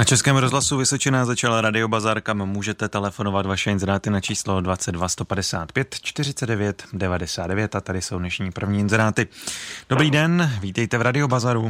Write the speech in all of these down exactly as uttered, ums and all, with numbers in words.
Na Českém rozhlasu Vysočina začal radiobazar, kam můžete telefonovat vaše inzeráty na číslo dvacet dva sto padesát pět čtyřicet devět devadesát devět a tady jsou dnešní první inzeráty. Dobrý den, vítejte v radiobazaru.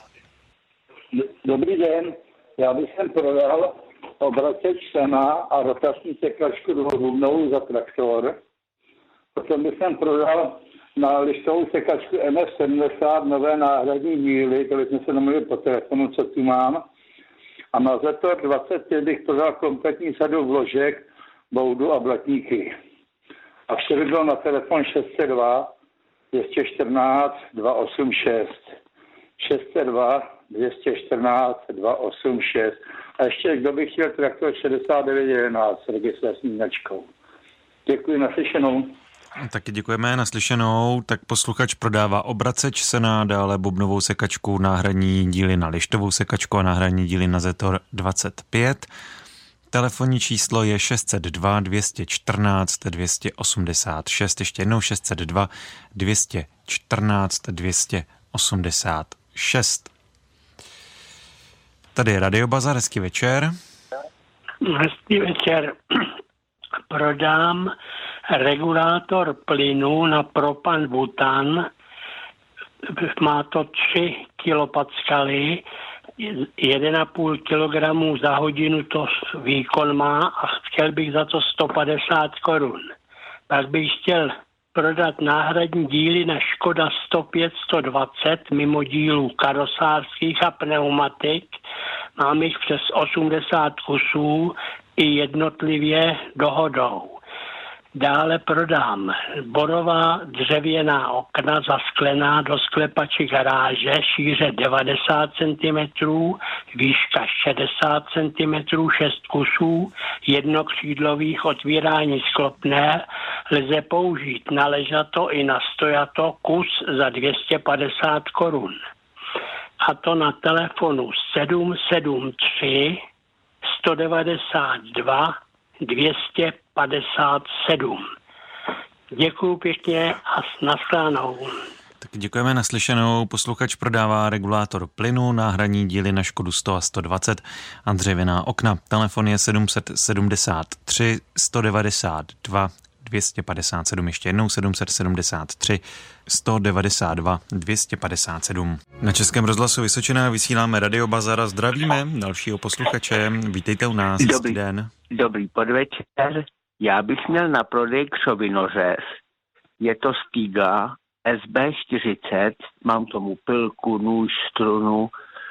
Dobrý den, já bych sem prodal obraceč sena a rotační sekačku dvoububnovou za traktor. Potom bych sem prodal na listovou sekačku M F sedmdesát nové náhradní díly, které jsme se domluvili po telefonu, co tu mám. A na Zetor dvacet pět bych prodal kompletní sadu vložek, boudu a blatníky. A vše by bylo na telefon šest set dva dvě stě čtrnáct dvě stě osmdesát šest. šest set dva dvě stě čtrnáct dvě stě osmdesát šest. A ještě, kdo by chtěl traktor šedesát devět jedenáct s registrační značkou. Děkuji, naslyšenou. Taky děkujeme, naslyšenou. Tak posluchač prodává obraceč sena, dále bubnovou sekačku, náhradní díly na lištovou sekačku a náhradní díly na Zetor dvacet pět. Telefonní číslo je šest set dva dvě stě čtrnáct dvě stě osmdesát šest. Ještě jednou šest set dva dvě stě čtrnáct dvě stě osmdesát šest. Tady je radiobazar, hezký večer. Hezký večer. Prodám regulátor plynu na propan butan. Má to tři kilopascaly, jeden a půl kilogramu za hodinu to výkon má a chtěl bych za to sto padesát korun. Pak bych chtěl prodat náhradní díly na Škoda sto pět sto dvacet mimo dílů karosářských a pneumatik. Mám jich přes osmdesát kusů i jednotlivě dohodou. Dále prodám borová dřevěná okna zasklená do sklepači garáže, šíře devadesát centimetrů, výška šedesát centimetrů, šest kusů, jednokřídlových otvírání sklopné, lze použít na ležato i na stojato kus za dvě stě padesát korun. A to na telefonu sedm sedm tři sto devadesát dva dvě stě padesát sedm. Děkuju pěkně a s nashledanou. Tak děkujeme, naslyšenou. Posluchač prodává regulátor plynu, náhradní díly na Škodu sto a sto dvacet a dřevěná okna. Telefon je sedm set sedmdesát tři sto devadesát dva dvě stě padesát sedm. Ještě jednou sedm set sedmdesát tři sto devadesát dva dvě stě padesát sedm. Na Českém rozhlasu Vysočina vysíláme radiobazar a zdravíme dalšího posluchače. Vítejte u nás. Dobrý den. Dobrý podvečer. Já bych měl na prodej křovinořez. Je to Stiga S B čtyřicet. Mám tomu pilku, nůž, strunu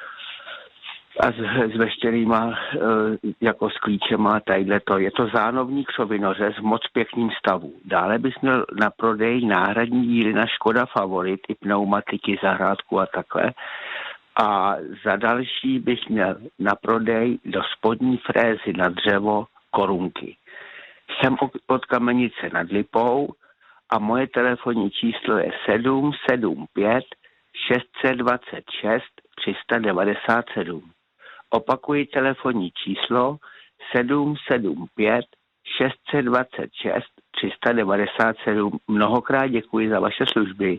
a s, s veškerýma jako s klíčema tadyhleto. Je to zánovní křovinořez v moc pěkným stavu. Dále bych měl na prodej náhradní díly na Škoda Favorit i pneumatiky, zahrádku a takhle. A za další bych měl na prodej do spodní frézy na dřevo korunky. Jsem od Kamenice nad Lipou a moje telefonní číslo je sedm sedm pět šest dva šest tři devět sedm. Opakuji telefonní číslo sedm sedm pět šest dva šest tři devět sedm. Mnohokrát děkuji za vaše služby.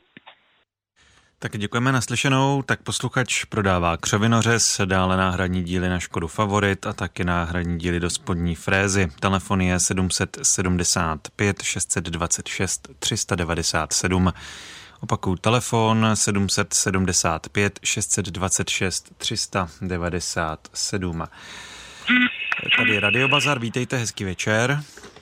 Tak děkujeme, naslyšenou. Tak posluchač prodává křovinořez, dále náhradní díly na Škodu Favorit a taky náhradní díly do spodní frézy. Telefon je sedm set sedmdesát pět šest dva šest tři devět sedm. Opakuju telefon sedm set sedmdesát pět šest dva šest tři devět sedm. Tady je radiobazar, vítejte, hezký večer.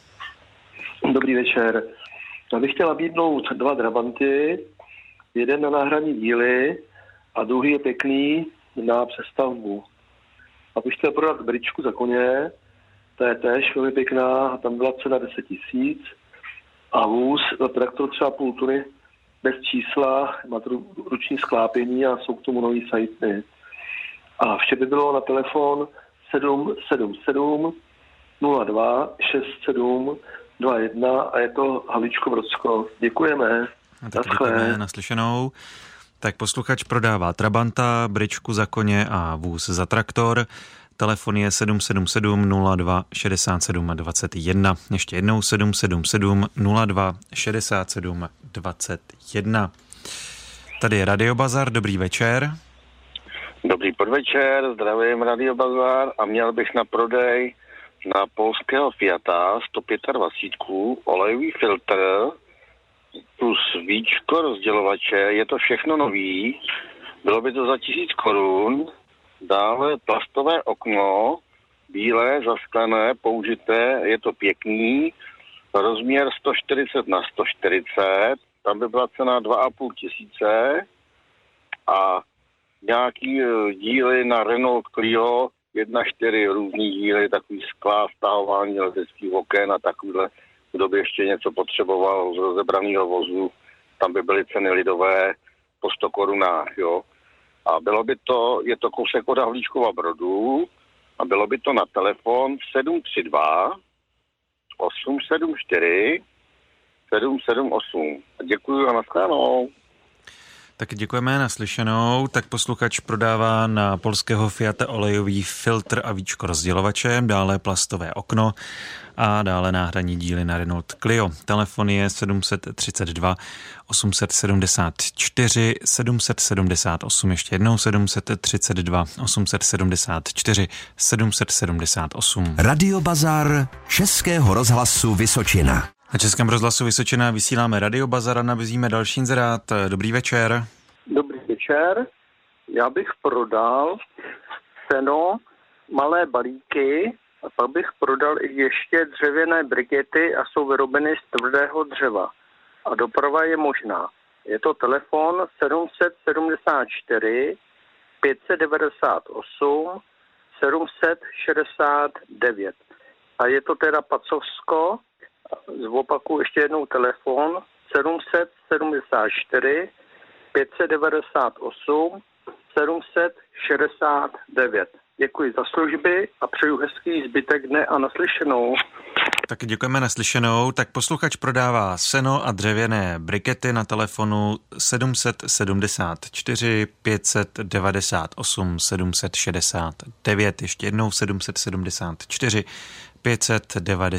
Dobrý večer. Já bych chtěl nabídnout dva drabanty, jeden na náhradní díly a druhý je pěkný na přestavbu. A bych chtěl prodat bričku za koně, ta je též velmi pěkná a tam byla cena deset tisíc a vůz, traktor třeba půl tuny bez čísla, má to ruční sklápění a jsou k tomu nový sajty. A vše by bylo na telefon sedm sedm sedm nula dva šest sedm dva jedna a je to Havlíčko Brodsko. Děkujeme. Tak děkujeme, naslyšenou. Tak posluchač prodává trabanta, bričku za koně a vůz za traktor. Telefon je sedm sedm sedm nula dva šedesát sedm dvacet jedna. Ještě jednou sedm sedm sedm nula dva šedesát sedm dvacet jedna. Tady je radiobazar, dobrý večer. Dobrý podvečer, zdravím Radio Bazar a měl bych na prodej na polského Fiata sto dvacet pět olejový filtr plus víčko rozdělovače, je to všechno nový, bylo by to za tisíc korun, dále plastové okno, bílé, zasklené, použité, je to pěkný, rozměr sto čtyřicet na sto čtyřicet, tam by byla cena dva a půl tisíce a nějaký díly na Renault Clio, jedna čtyři různý díly, takový skla, stahování leteckých oken a takovýhle, kdo by ještě něco potřeboval z rozebraného vozu, tam by byly ceny lidové po sto korunách, jo. A bylo by to, je to kousek od Havlíčkova Brodu a bylo by to na telefon sedm tři dva osm sedm čtyři sedm sedm osm. Děkuji a nashledanou. Tak děkujeme, naslyšenou. Tak posluchač prodává na polského Fiata olejový filtr a víčko rozdělovače, dále plastové okno a dále náhradní díly na Renault Clio. Telefon je sedm tři dva osm sedm čtyři sedm sedm osm, ještě jednou sedm tři dva osm sedm čtyři sedm sedm osm. Radio Bazar Českého rozhlasu Vysočina. Na Českém rozhlasu Vysočina vysíláme Radio Bazar a nabízíme další inzerát. Dobrý večer. Dobrý večer. Já bych prodal seno, malé balíky a pak bych prodal i ještě dřevěné brikety a jsou vyrobeny z tvrdého dřeva. A doprava je možná. Je to telefon sedm sedm čtyři pět devět osm sedm šedesát devět. A je to teda Pacovsko. Zopakuju ještě jednou telefon sedm sedm čtyři pět devět osm sedm šedesát devět. Děkuji za služby a přeju hezký zbytek dne a naslyšenou. Tak děkujeme, naslyšenou. Tak posluchač prodává seno a dřevěné brikety na telefonu sedm sedm čtyři pět devět osm sedm šedesát devět. Ještě jednou sedm sedm čtyři pět devět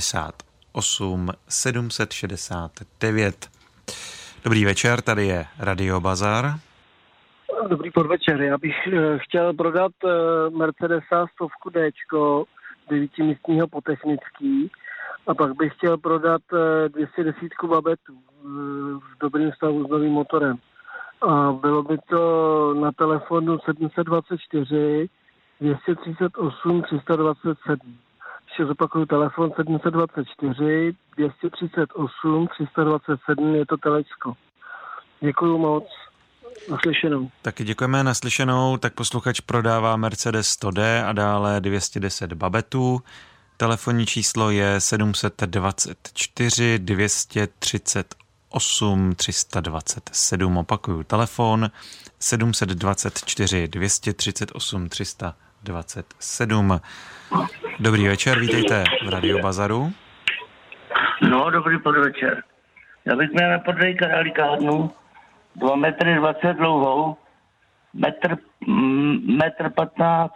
osm sedm šedesát devět. Dobrý večer, tady je Radio Bazar. Dobrý podvečer, já bych chtěl prodat Mercedesa stovku Dčko, devítimístního po technický, a pak bych chtěl prodat dvě stě deset babetů v dobrém stavu s novým motorem. A bylo by to na telefonu sedm dvacet čtyři dvě stě třicet osm tři sta dvacet sedm. Ještě zopakuju telefon sedm dvacet čtyři dvě stě třicet osm tři sta dvacet sedm, je to Telečko. Děkuju moc. Naslyšenou. Taky děkujeme, naslyšenou. Tak posluchač prodává Mercedes sto D a dále dvě stě deset babetů. Telefonní číslo je sedm dvacet čtyři dvě stě třicet osm tři sta dvacet sedm. Opakuju telefon sedm dvacet čtyři dvě stě třicet osm tři sta dvacet sedm. Dobrý večer, vítejte v Radio Bazaru. No, dobrý podvečer. Já bych měl na prodej králíkárnu dva metry dvacet dlouhou, metr, metr patnáct,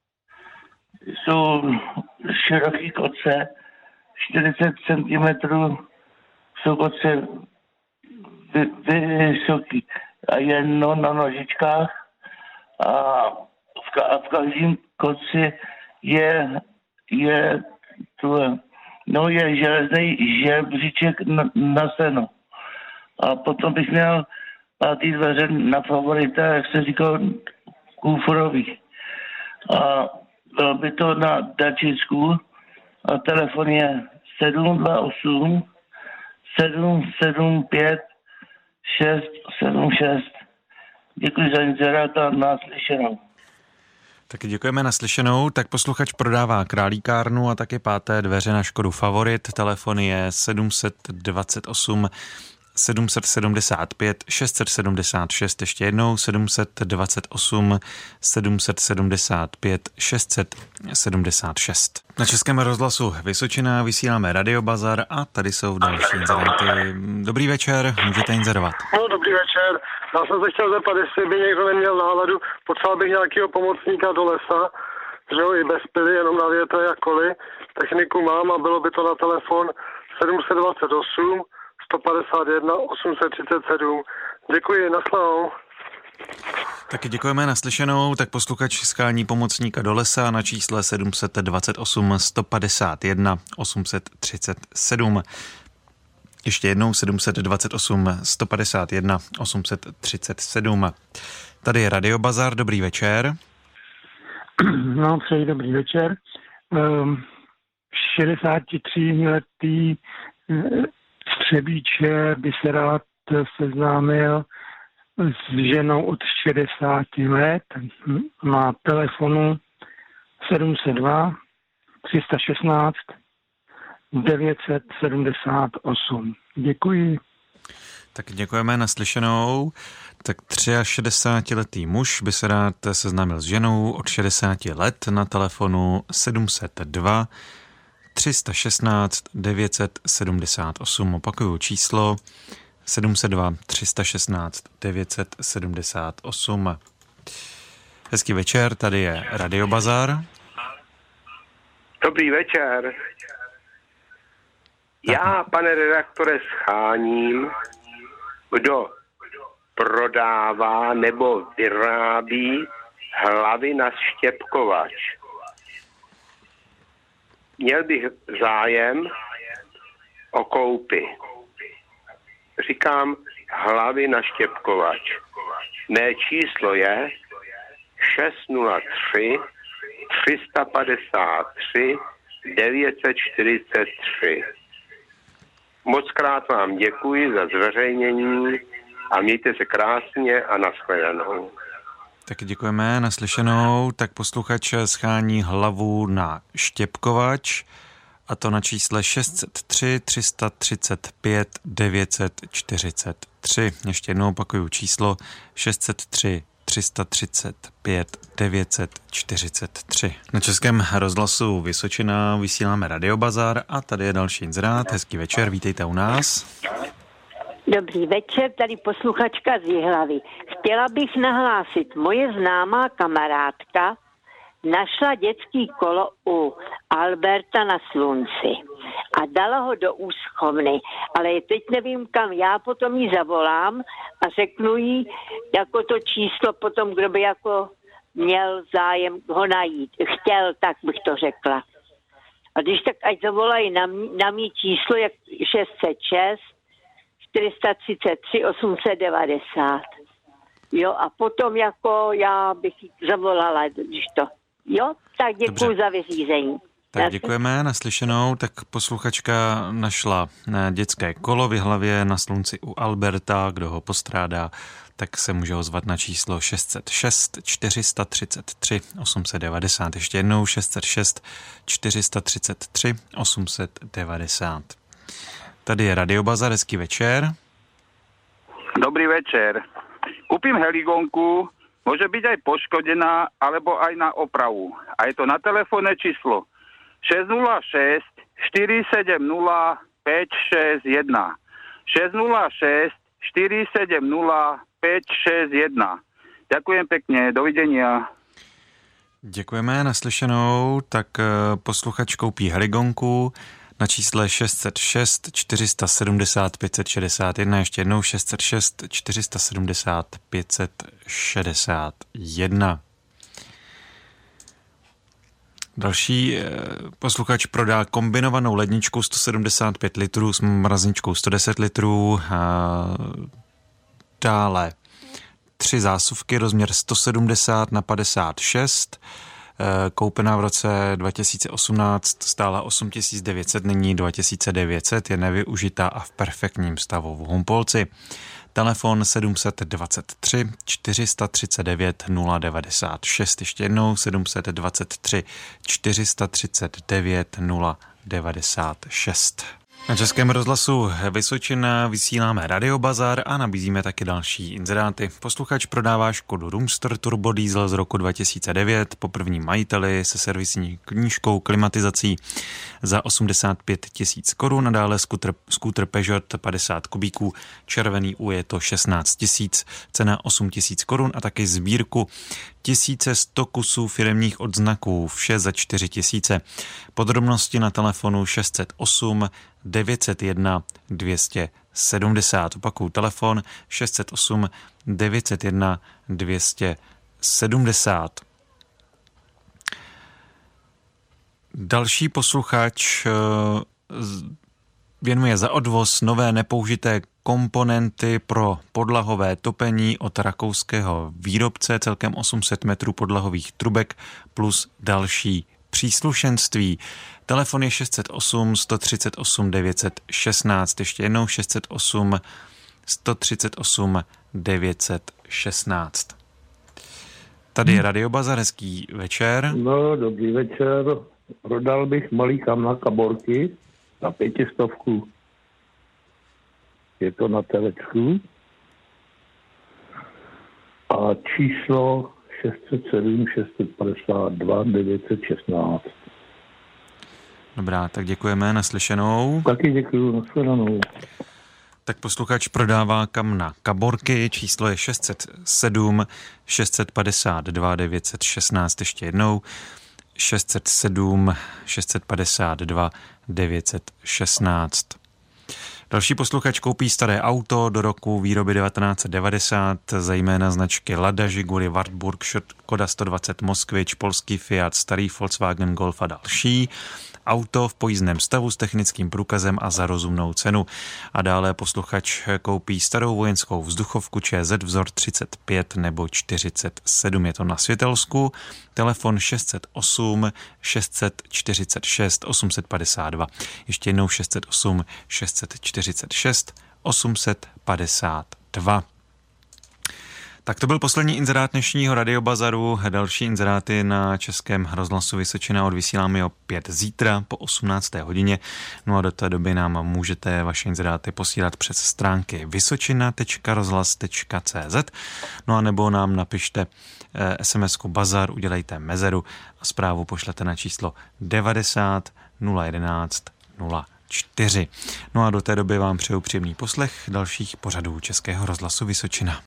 jsou široký koce, čtyřicet centimetrů jsou koce vy, vysoký a jedno na nožičkách a v, ka, a v každém koci je, je tu, no je železný žebříček na, na seno. A potom bych měl pátý dveře na favorita, jak se říkal, kufrový. A bylo by to na Dačicku a telefon je sedm dva osm sedm sedm pět šest sedm šest. Děkuji za inzerát a naslyšenou. Taky děkujeme, naslyšenou. Tak posluchač prodává králíkárnu a taky páté dveře na Škodu Favorit. Telefon je sedm dvacet osm sedm sedmdesát pět šest set sedmdesát šest, ještě jednou sedm dvacet osm sedm sedmdesát pět šest set sedmdesát šest. Na Českém rozhlasu Vysočina vysíláme Radio Bazar a tady jsou další inzerenty. Dobrý večer, můžete inzerovat. No, dobrý večer. Já jsem se chtěl zeptat, jestli by někdo neměl náladu, potřeboval bych nějakého pomocníka do lesa, že jo, i bez pily, jenom na větr jakkoliv. Techniku mám a bylo by to na telefon sedm dvacet osm sto padesát jedna osm set třicet sedm. Děkuji, nasledanou. Taky děkujeme naslyšenou, tak posluchač schání pomocníka do lesa na čísle sedm set dvacet osm sto padesát jedna osm set třicet sedm. Ještě jednou sedm set dvacet osm sto padesát jedna osm set třicet sedm. Tady je Radio Bazar, dobrý večer. No, přeji dobrý večer. Um, šedesátitříletý Střebíče by se rád seznámil s ženou od šedesáti let. Má telefonu sedm set dva tři sta šestnáct devět set sedmdesát osm. Děkuji. Tak děkujeme naslyšenou. Tak šedesátiletý muž by se rád seznámil s ženou od šedesáti let na telefonu sedm set dva tři sta šestnáct devět set sedmdesát osm. Opakuju číslo sedm set dva tři sta šestnáct devět set sedmdesát osm. Hezký večer, tady je Radio Bazar. Dobrý večer. Já, pane redaktore, scháním, kdo prodává nebo vyrábí hlavy na štěpkovač. Měl bych zájem o koupi. Říkám hlavy na štěpkovač. Mé číslo je šest nula tři tři padesát tři devět set čtyřicet tři. Moc krát vám děkuji za zveřejnění a mějte se krásně a nashledanou. Tak děkujeme, naslyšenou. Tak posluchač schání hlavu na štěpkovač a to na čísle šest set tři tři sta třicet pět devět set čtyřicet tři. Ještě jednou opakuju číslo šest set tři tři sta třicet pět devět set čtyřicet tři. Na Českém rozhlasu Vysočina vysíláme Radio Bazar a tady je další inzerát. Hezký večer, vítejte u nás. Dobrý večer, tady posluchačka z Jihlavy. Chtěla bych nahlásit, moje známá kamarádka našla dětský kolo u Alberta na Slunci a dala ho do úschovny, ale teď nevím kam, já potom jí zavolám a řeknu jí jako to číslo potom, kdo by jako měl zájem ho najít. Chtěl, tak bych to řekla. A když tak ať zavolají na, na mý číslo jak šest set šest čtyři sta třicet tři osm set devadesát. Jo, a potom jako já bych zavolala, když to. Jo, tak děkuji Dobře. za vyřízení. Tak děkujeme, naslyšenou. Tak posluchačka našla dětské kolo v Jihlavě na Slunci u Alberta. Kdo ho postrádá, tak se může ozvat na číslo šest set šest čtyři sta třicet tři osm set devadesát. Ještě jednou šest set šest čtyři sta třicet tři osm set devadesát. Tady je Radio Bazar, hezký večer. Dobrý večer. Kúpim heligonku, môže byť aj poškodená, alebo aj na opravu. A je to na telefónne číslo šesť nula šesť štyri sedem nula päť šesť jeden. šesť nula šesť štyri sedem nula päť šesť jeden. Ďakujem pekne, dovidenia. Děkujeme, naslyšenou. Tak posluchač koupí heligonku na čísle šest set šest čtyři sta sedmdesát pět set šedesát jedna, ještě jednou šest set šest čtyři sta sedmdesát pět set šedesát jedna. Další posluchač prodá kombinovanou ledničku sto sedmdesát pět litrů s mrazničkou sto deset litrů. Dále tři zásuvky, rozměr sto sedmdesát na padesát šest, koupená v roce dva tisíce osmnáct, stála osm tisíc devět set, nyní dva tisíce devět set, je nevyužitá a v perfektním stavu v Humpolci. Telefon sedm set dvacet tři čtyři sta třicet devět nula devadesát šest, ještě jednou sedm set dvacet tři čtyři sta třicet devět nula devadesát šest. Na Českém rozhlasu Vysočina vysíláme Radio Bazar a nabízíme taky další inzeráty. Posluchač prodává Škodu Roomster Turbo Diesel z roku dva tisíce devět po prvním majiteli se servisní knížkou, klimatizací za osmdesát pět tisíc korun a dále skuter, skuter Peugeot padesát kubíků, červený U je to šestnáct tisíc, cena osm tisíc korun a taky sbírku tisíce sto kusů firemních odznaků, vše za čtyři tisíce. Podrobnosti na telefonu šest set osm devět set jedna dvě stě sedmdesát. Opakuju telefon šest set osm devět set jedna dvě stě sedmdesát. Další posluchač věnuje za odvoz nové nepoužité komponenty pro podlahové topení od rakouského výrobce, celkem osm set metrů podlahových trubek plus další příslušenství. Telefon je šest set osm sto třicet osm devět set šestnáct. Ještě jednou šest set osm sto třicet osm devět set šestnáct. Tady je Radio Bazar, hezký večer. No, dobrý večer. Prodal bych malý kam na kaborky na pětistovku. Je to na telečku. A číslo šest set sedm šest set padesát dva devět set šestnáct. Dobrá, tak děkujeme, naslyšenou. Taky děkuju, naslyšenou. Tak posluchač prodává kam na kaborky, číslo je šest set sedm šest set padesát dva devět set šestnáct, ještě jednou šest set sedm šest set padesát dva devět set šestnáct. Další posluchač koupí staré auto do roku výroby devatenáct set devadesát, zejména značky Lada, Žiguli, Wartburg, Škoda sto dvacet Moskvič, polský Fiat, starý Volkswagen Golf a další. Auto v pojízdném stavu s technickým průkazem a za rozumnou cenu. A dále posluchač koupí starou vojenskou vzduchovku ČZ vzor třicet pět nebo čtyřicet sedm. Je to na Světelsku. Telefon šest set osm šest set čtyřicet šest osm set padesát dva. Ještě jednou šest set osm šest set čtyřicet šest osm set padesát dva. Tak to byl poslední inzerát dnešního Radiobazaru. Další inzeráty na Českém rozhlasu Vysočina odvysíláme opět zítra po osmnácté hodině. No a do té doby nám můžete vaše inzeráty posílat přes stránky vysočina tečka rozhlas tečka cé zet. No a nebo nám napište es em esku Bazar, udělejte mezeru a zprávu pošlete na číslo devadesát nula jedenáct nula čtyři. No a do té doby vám přeju příjemný poslech dalších pořadů Českého rozhlasu Vysočina.